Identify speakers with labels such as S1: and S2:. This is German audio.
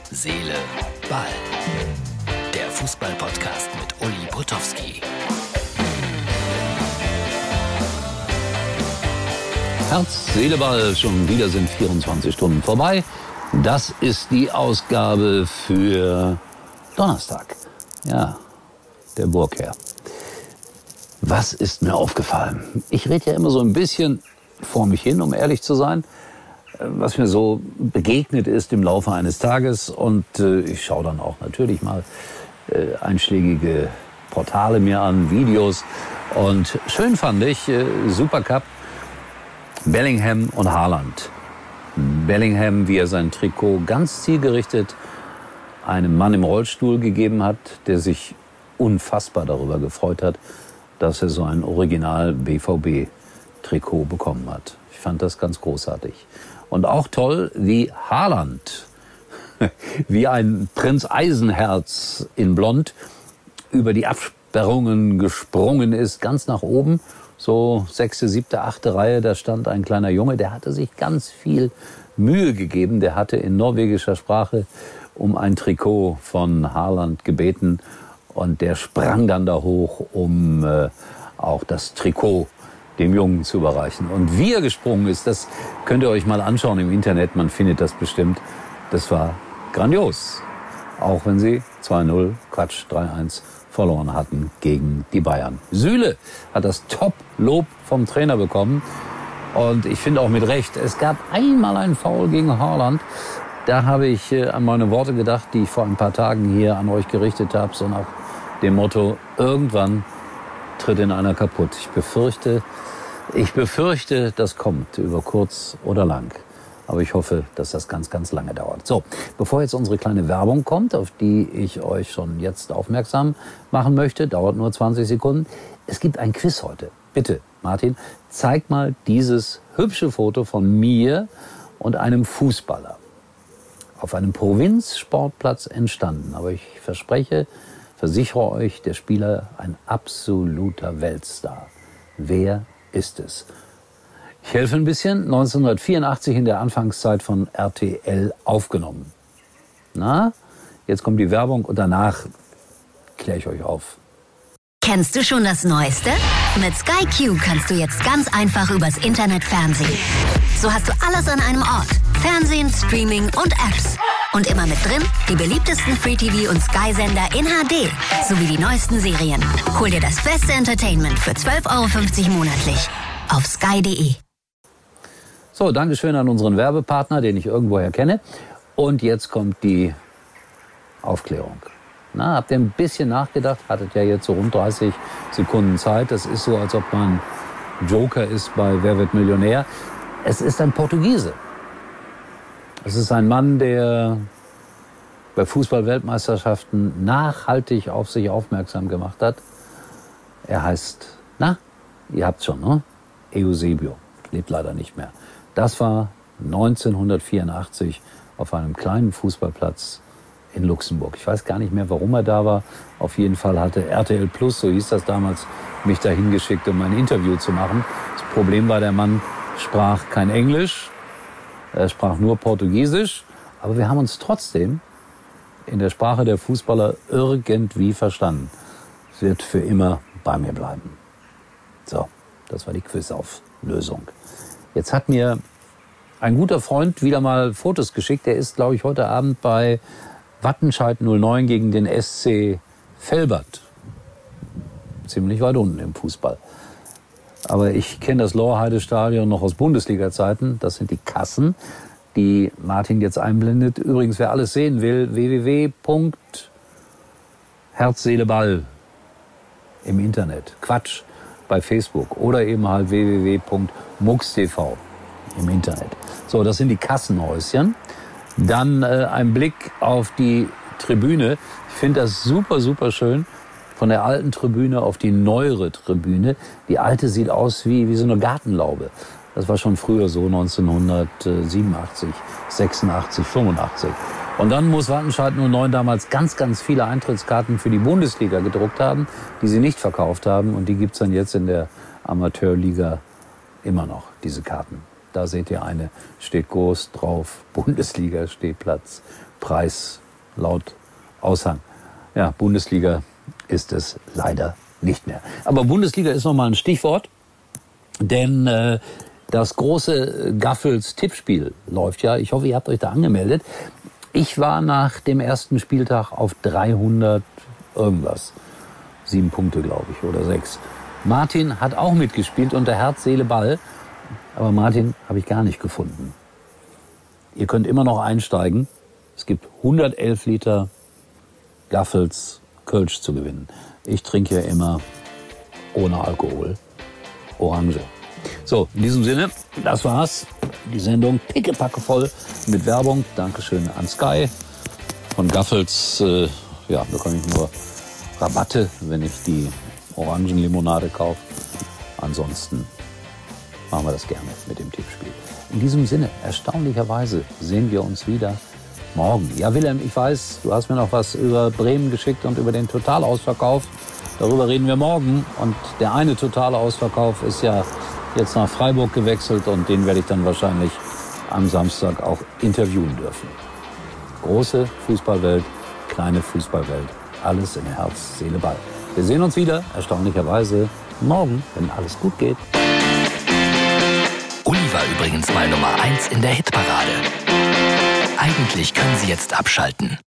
S1: Seele, Ball. Der Fußball-Podcast mit Uli Potowski.
S2: Herz, Seele, Ball, schon wieder sind 24 Stunden vorbei. Das ist die Ausgabe für Donnerstag. Ja, der Burgherr. Was ist mir aufgefallen? Ich rede ja immer so ein bisschen vor mich hin, um ehrlich zu sein, was mir so begegnet ist im Laufe eines Tages. Und ich schaue dann auch natürlich mal einschlägige Portale mir an, Videos. Und schön fand ich, Supercup, Bellingham und Haaland. Bellingham, wie er sein Trikot ganz zielgerichtet einem Mann im Rollstuhl gegeben hat, der sich unfassbar darüber gefreut hat, dass er so ein Original BVB-Trikot bekommen hat. Ich fand das ganz großartig. Und auch toll, wie Haaland, wie ein Prinz Eisenherz in Blond, über die Absperrungen gesprungen ist, ganz nach oben. So 6., 7., 8. Reihe, da stand ein kleiner Junge, der hatte sich ganz viel Mühe gegeben. Der hatte in norwegischer Sprache um ein Trikot von Haaland gebeten. Und der sprang dann da hoch, um auch das Trikot dem Jungen zu überreichen. Und wie er gesprungen ist, das könnt ihr euch mal anschauen im Internet. Man findet das bestimmt. Das war grandios. Auch wenn sie 2-0, 3-1 verloren hatten gegen die Bayern. Süle hat das Top-Lob vom Trainer bekommen. Und ich finde auch mit Recht, es gab einmal einen Foul gegen Haaland. Da habe ich an meine Worte gedacht, die ich vor ein paar Tagen hier an euch gerichtet habe, so nach dem Motto, irgendwann tritt in einer kaputt. Ich befürchte, das kommt über kurz oder lang. Aber ich hoffe, dass das ganz, ganz lange dauert. So, bevor jetzt unsere kleine Werbung kommt, auf die ich euch schon jetzt aufmerksam machen möchte, dauert nur 20 Sekunden. Es gibt ein Quiz heute. Bitte, Martin, zeig mal dieses hübsche Foto von mir und einem Fußballer. Auf einem Provinzsportplatz entstanden. Aber ich versichere euch, der Spieler ein absoluter Weltstar. Wer ist es? Ich helfe ein bisschen. 1984 in der Anfangszeit von RTL aufgenommen. Na, jetzt kommt die Werbung und danach kläre ich euch auf.
S3: Kennst du schon das Neueste? Mit Sky Q kannst du jetzt ganz einfach übers Internet fernsehen. So hast du alles an einem Ort. Fernsehen, Streaming und Apps. Und immer mit drin die beliebtesten Free-TV- und Sky-Sender in HD. Sowie die neuesten Serien. Hol dir das beste Entertainment für 12,50 € monatlich. Auf sky.de.
S2: So, Dankeschön an unseren Werbepartner, den ich irgendwoher kenne. Und jetzt kommt die Aufklärung. Na, habt ihr ein bisschen nachgedacht? Hattet ja jetzt so rund 30 Sekunden Zeit. Das ist so, als ob man Joker ist bei Wer wird Millionär. Es ist ein Portugiese. Es ist ein Mann, der bei Fußball-Weltmeisterschaften nachhaltig auf sich aufmerksam gemacht hat. Er heißt, ihr habt's schon, ne? Eusebio. Lebt leider nicht mehr. Das war 1984 auf einem kleinen Fußballplatz in Luxemburg. Ich weiß gar nicht mehr, warum er da war. Auf jeden Fall hatte RTL Plus, so hieß das damals, mich dahin geschickt, um ein Interview zu machen. Das Problem war, der Mann sprach kein Englisch. Er sprach nur Portugiesisch, aber wir haben uns trotzdem in der Sprache der Fußballer irgendwie verstanden. Es wird für immer bei mir bleiben. So, das war die Quizauflösung. Jetzt hat mir ein guter Freund wieder mal Fotos geschickt. Der ist, glaube ich, heute Abend bei Wattenscheid 09 gegen den SC Velbert. Ziemlich weit unten im Fußball. Aber ich kenne das Lorheide-Stadion noch aus Bundesliga-Zeiten. Das sind die Kassen, die Martin jetzt einblendet. Übrigens, wer alles sehen will, www.herzseeleball im Internet. Quatsch bei Facebook. Oder eben halt www.mux.tv im Internet. So, das sind die Kassenhäuschen. Dann ein Blick auf die Tribüne. Ich finde das super, super schön. Von der alten Tribüne auf die neuere Tribüne. Die alte sieht aus wie so eine Gartenlaube. Das war schon früher so, 1987, 86, 85. Und dann muss Wattenscheid 09 damals ganz, ganz viele Eintrittskarten für die Bundesliga gedruckt haben, die sie nicht verkauft haben. Und die gibt's dann jetzt in der Amateurliga immer noch, diese Karten. Da seht ihr eine, steht groß drauf, Bundesliga-Stehplatz Preis laut Aushang. Ja, Bundesliga ist es leider nicht mehr. Aber Bundesliga ist nochmal ein Stichwort, denn das große Gaffels-Tippspiel läuft ja. Ich hoffe, ihr habt euch da angemeldet. Ich war nach dem ersten Spieltag auf 300 irgendwas. 7 Punkte, glaube ich, oder 6. Martin hat auch mitgespielt unter Herz, Seele, Ball. Aber Martin habe ich gar nicht gefunden. Ihr könnt immer noch einsteigen. Es gibt 111 Liter Gaffels Kölsch zu gewinnen. Ich trinke ja immer ohne Alkohol Orange. So, in diesem Sinne, das war's. Die Sendung pickepacke voll mit Werbung. Dankeschön an Sky. Von Gaffels bekomme ich nur Rabatte, wenn ich die Orangenlimonade kaufe. Ansonsten machen wir das gerne mit dem Tippspiel. In diesem Sinne, erstaunlicherweise sehen wir uns wieder morgen. Ja, Wilhelm, ich weiß, du hast mir noch was über Bremen geschickt und über den Totalausverkauf. Darüber reden wir morgen. Und der eine totale Ausverkauf ist ja jetzt nach Freiburg gewechselt und den werde ich dann wahrscheinlich am Samstag auch interviewen dürfen. Große Fußballwelt, kleine Fußballwelt. Alles in Herz, Seele, Ball. Wir sehen uns wieder, erstaunlicherweise, morgen, wenn alles gut geht.
S1: Uli war übrigens mal Nummer 1 in der Hitparade. Eigentlich können Sie jetzt abschalten.